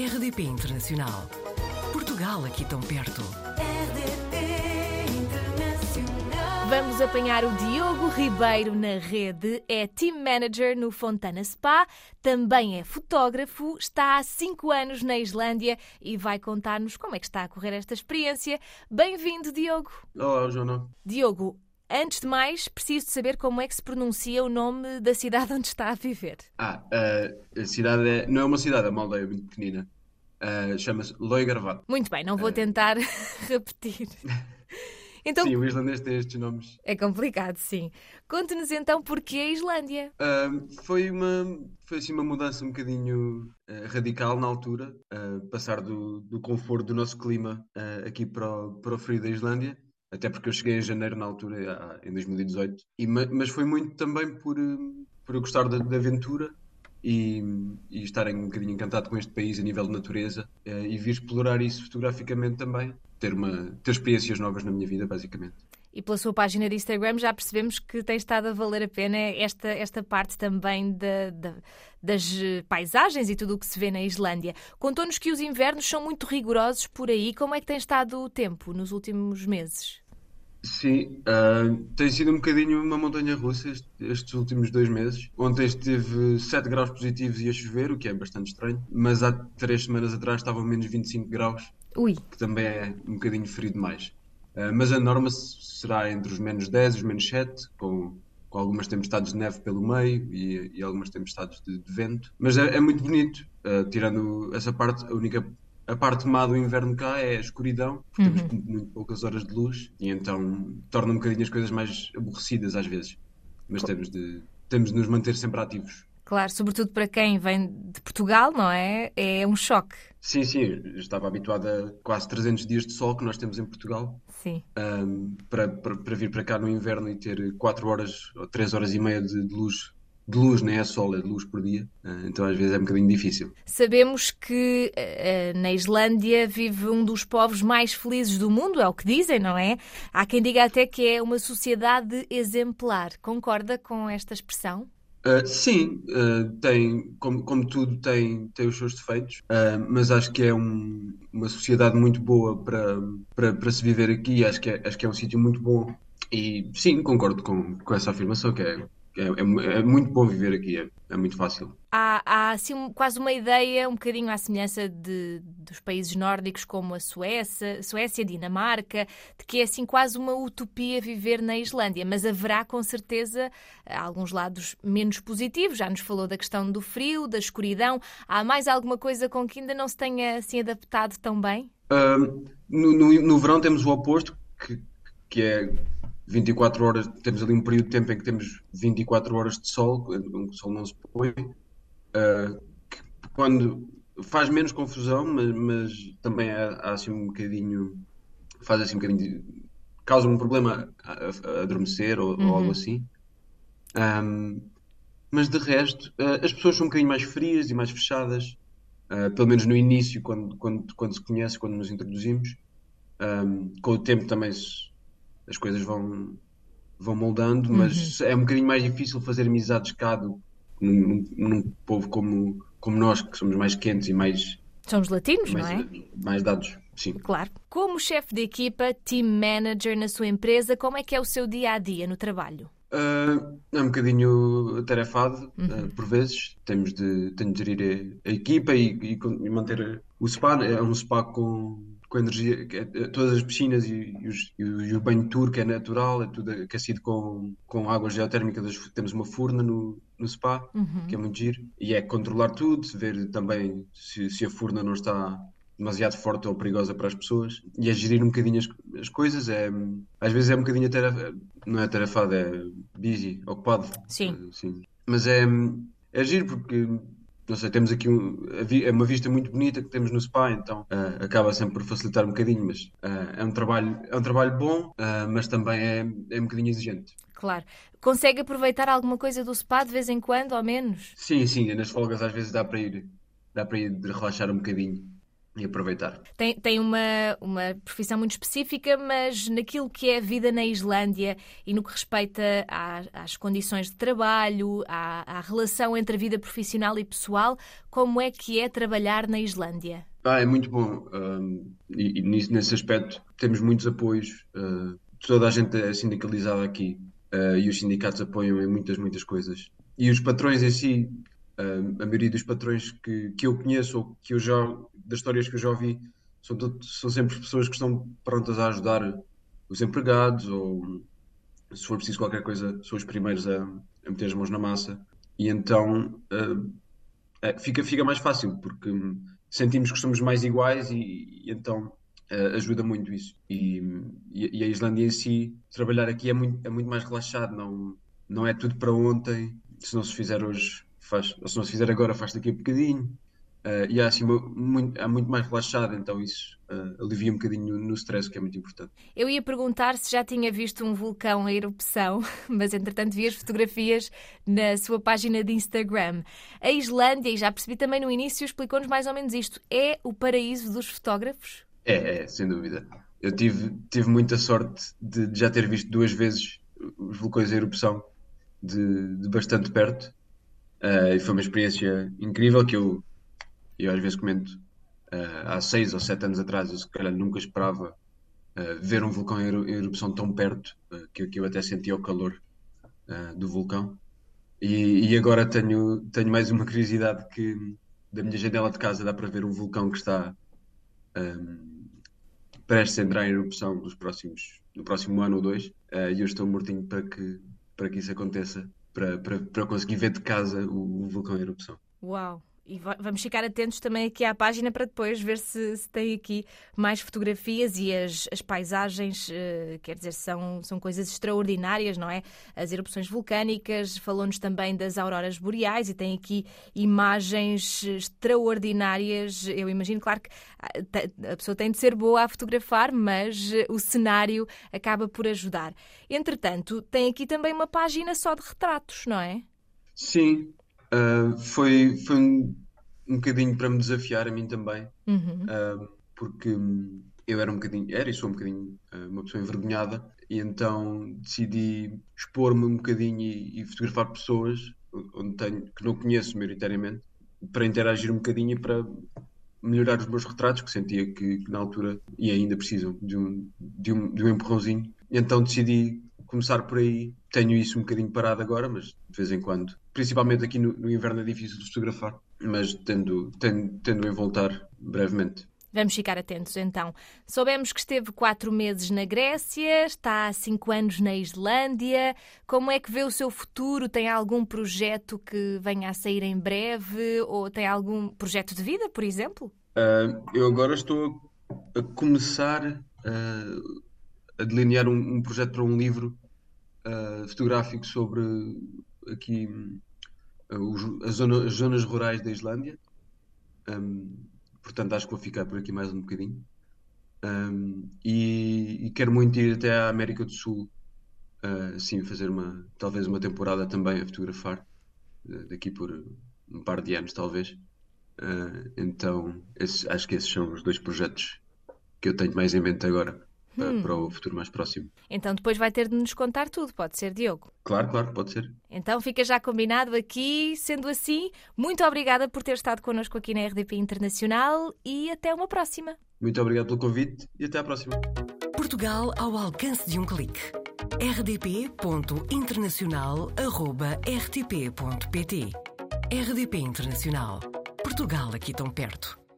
RDP Internacional. Portugal aqui tão perto. RDP Internacional. Vamos apanhar o Diogo Ribeiro na rede. É Team Manager no Fontana Spa, também é fotógrafo, está há 5 anos na Islândia e vai contar-nos como é que está a correr esta experiência. Bem-vindo, Diogo. Olá, Joana. Diogo, antes de mais, preciso de saber como é que se pronuncia o nome da cidade onde está a viver. A cidade não é uma cidade, é uma aldeia muito pequenina. Chama-se Laugarvatn. Muito bem, não vou tentar repetir. Então, Sim, o islandês tem estes nomes. é complicado, sim. Conte-nos então porquê a Islândia. Foi assim uma mudança um bocadinho radical na altura. Passar do conforto do nosso clima aqui para o frio da Islândia. Até porque eu cheguei em janeiro na altura, em 2018. Mas foi muito também por eu gostar da aventura e estarem um bocadinho encantado com este país a nível de natureza e vir explorar isso fotograficamente também. Ter experiências novas na minha vida, basicamente. E pela sua página de Instagram já percebemos que tem estado a valer a pena esta parte também das paisagens e tudo o que se vê na Islândia. Contou-nos que os invernos são muito rigorosos por aí. Como é que tem estado o tempo nos últimos meses? Sim, tem sido um bocadinho uma montanha-russa estes últimos 2 meses. Ontem esteve 7 graus positivos e a chover, o que é bastante estranho. Mas há 3 semanas atrás estavam menos 25 graus, Ui, que também é um bocadinho frio demais. Mas a norma será entre os menos 10 e os menos 7, com algumas tempestades de neve pelo meio e algumas tempestades de vento. Mas é muito bonito, tirando essa parte, a parte má do inverno cá é a escuridão, porque temos muito poucas horas de luz e então torna um bocadinho as coisas mais aborrecidas às vezes. Mas temos de nos manter sempre ativos. claro, sobretudo para quem vem de Portugal, não é? É um choque. Sim, eu estava habituado a quase 300 dias de sol que nós temos em Portugal. Sim. Para vir para cá no inverno e ter 4 horas ou 3 horas e meia de luz, nem é sol, é de luz por dia. Então às vezes é um bocadinho difícil. Sabemos que na Islândia vive um dos povos mais felizes do mundo, é o que dizem, não é? Há quem diga até que é uma sociedade exemplar. Concorda com esta expressão? Sim, como tudo tem os seus defeitos, mas acho que é uma sociedade muito boa para se viver aqui. Acho que é um sítio muito bom e sim, concordo com essa afirmação que é muito bom viver aqui, é muito fácil. Há assim, quase uma ideia, um bocadinho à semelhança dos países nórdicos como a Suécia, Dinamarca, de que é assim quase uma utopia viver na Islândia, mas haverá com certeza alguns lados menos positivos. Já nos falou da questão do frio, da escuridão. Há mais alguma coisa com que ainda não se tenha assim adaptado tão bem? No verão temos o oposto, que é 24 horas, temos ali um período de tempo em que temos 24 horas de sol, onde o sol não se põe, quando faz menos confusão, mas também há assim um bocadinho, faz assim um bocadinho, causa um problema a adormecer ou algo assim. Mas de resto, as pessoas são um bocadinho mais frias e mais fechadas, pelo menos no início, quando se conhece, quando nos introduzimos. Com o tempo também as coisas vão moldando, mas é um bocadinho mais difícil fazer amizades cá num povo como nós, que somos mais quentes e mais Somos latinos, não é? mais dados. Sim. Claro. Como chefe de equipa, team manager na sua empresa, como é que é o seu dia-a-dia no trabalho? É um bocadinho atarefado, por vezes. Tenho de gerir a equipa e manter o spa. É um spa com energia, todas as piscinas e o banho turco é natural, é tudo aquecido com água geotérmica. Temos uma furna no spa, que é muito giro. E é controlar tudo, ver também se a furna não está demasiado forte ou perigosa para as pessoas, e é gerir um bocadinho as coisas. Às vezes é um bocadinho não é atarefado, é busy, ocupado. Sim. Sim. Mas é giro porque, não sei, temos aqui é uma vista muito bonita que temos no spa, então acaba sempre por facilitar um bocadinho, mas é um trabalho bom, mas também é um bocadinho exigente. Claro. Consegue aproveitar alguma coisa do spa de vez em quando, ao menos? Sim, nas folgas às vezes dá para ir relaxar um bocadinho. e aproveitar. Tem uma profissão muito específica, mas naquilo que é a vida na Islândia e no que respeita às condições de trabalho, à relação entre a vida profissional e pessoal, como é que é trabalhar na Islândia? É muito bom. E nesse aspecto temos muitos apoios. Toda a gente é sindicalizada aqui, e os sindicatos apoiam em muitas coisas. E os patrões em si, a maioria dos patrões que eu conheço ou que das histórias que eu já ouvi, são sempre pessoas que estão prontas a ajudar os empregados, ou se for preciso qualquer coisa, são os primeiros a meter as mãos na massa. E então fica mais fácil, porque sentimos que somos mais iguais e então ajuda muito isso. E a Islândia em si, trabalhar aqui é muito mais relaxado, não é tudo para ontem. Se não se fizer hoje, faz, ou se não se fizer agora, faz daqui a bocadinho. E é assim, muito mais relaxado, então isso alivia um bocadinho no stress, que é muito importante. Eu ia perguntar se já tinha visto um vulcão em erupção, mas entretanto vi as fotografias na sua página de Instagram. A Islândia, e já percebi também no início, explicou-nos mais ou menos isto, é o paraíso dos fotógrafos? Sem dúvida. Eu tive muita sorte de já ter visto 2 vezes os vulcões em erupção de bastante perto. E foi uma experiência incrível que eu às vezes comento. Há 6 ou 7 anos atrás eu se calhar nunca esperava ver um vulcão em erupção tão perto, que eu até sentia o calor do vulcão. E agora tenho mais uma curiosidade, que da minha janela de casa dá para ver um vulcão que está prestes a entrar em erupção no próximo ano ou 2, e eu estou mortinho para que isso aconteça, para conseguir ver de casa o vulcão em erupção. Uau! E vamos ficar atentos também aqui à página para depois ver se tem aqui mais fotografias, e as paisagens, quer dizer, são coisas extraordinárias, não é? As erupções vulcânicas, falou-nos também das auroras boreais e tem aqui imagens extraordinárias. Eu imagino, claro, que a pessoa tem de ser boa a fotografar, mas o cenário acaba por ajudar. Entretanto, tem aqui também uma página só de retratos, não é? Sim. Foi um bocadinho para me desafiar a mim também, porque eu era e sou um bocadinho uma pessoa envergonhada, e então decidi expor-me um bocadinho e fotografar pessoas que não conheço maioritariamente, para interagir um bocadinho e para melhorar os meus retratos, que sentia que na altura, e ainda precisam de um empurrãozinho. E então decidi começar por aí. Tenho isso um bocadinho parado agora, mas de vez em quando, principalmente aqui no inverno, é difícil de fotografar, mas tendo em voltar brevemente. Vamos ficar atentos então. Soubemos que esteve 4 meses na Grécia, está há 5 anos na Islândia. Como é que vê o seu futuro? Tem algum projeto que venha a sair em breve? Ou tem algum projeto de vida, por exemplo? Eu agora estou a começar a delinear um projeto para um livro fotográfico sobre aqui as zonas rurais da Islândia. Portanto, acho que vou ficar por aqui mais um bocadinho. E quero muito ir até à América do Sul, sim, fazer talvez uma temporada também a fotografar, daqui por um par de anos, talvez. Então, acho que esses são os 2 projetos que eu tenho mais em mente agora, para o futuro mais próximo. Então depois vai ter de nos contar tudo, pode ser, Diogo? Claro, pode ser. Então fica já combinado aqui. Sendo assim, muito obrigada por ter estado connosco aqui na RDP Internacional e até uma próxima. Muito obrigado pelo convite e até à próxima. Portugal ao alcance de um clique. rdp.internacional@rtp.pt. RDP Internacional. Portugal aqui tão perto.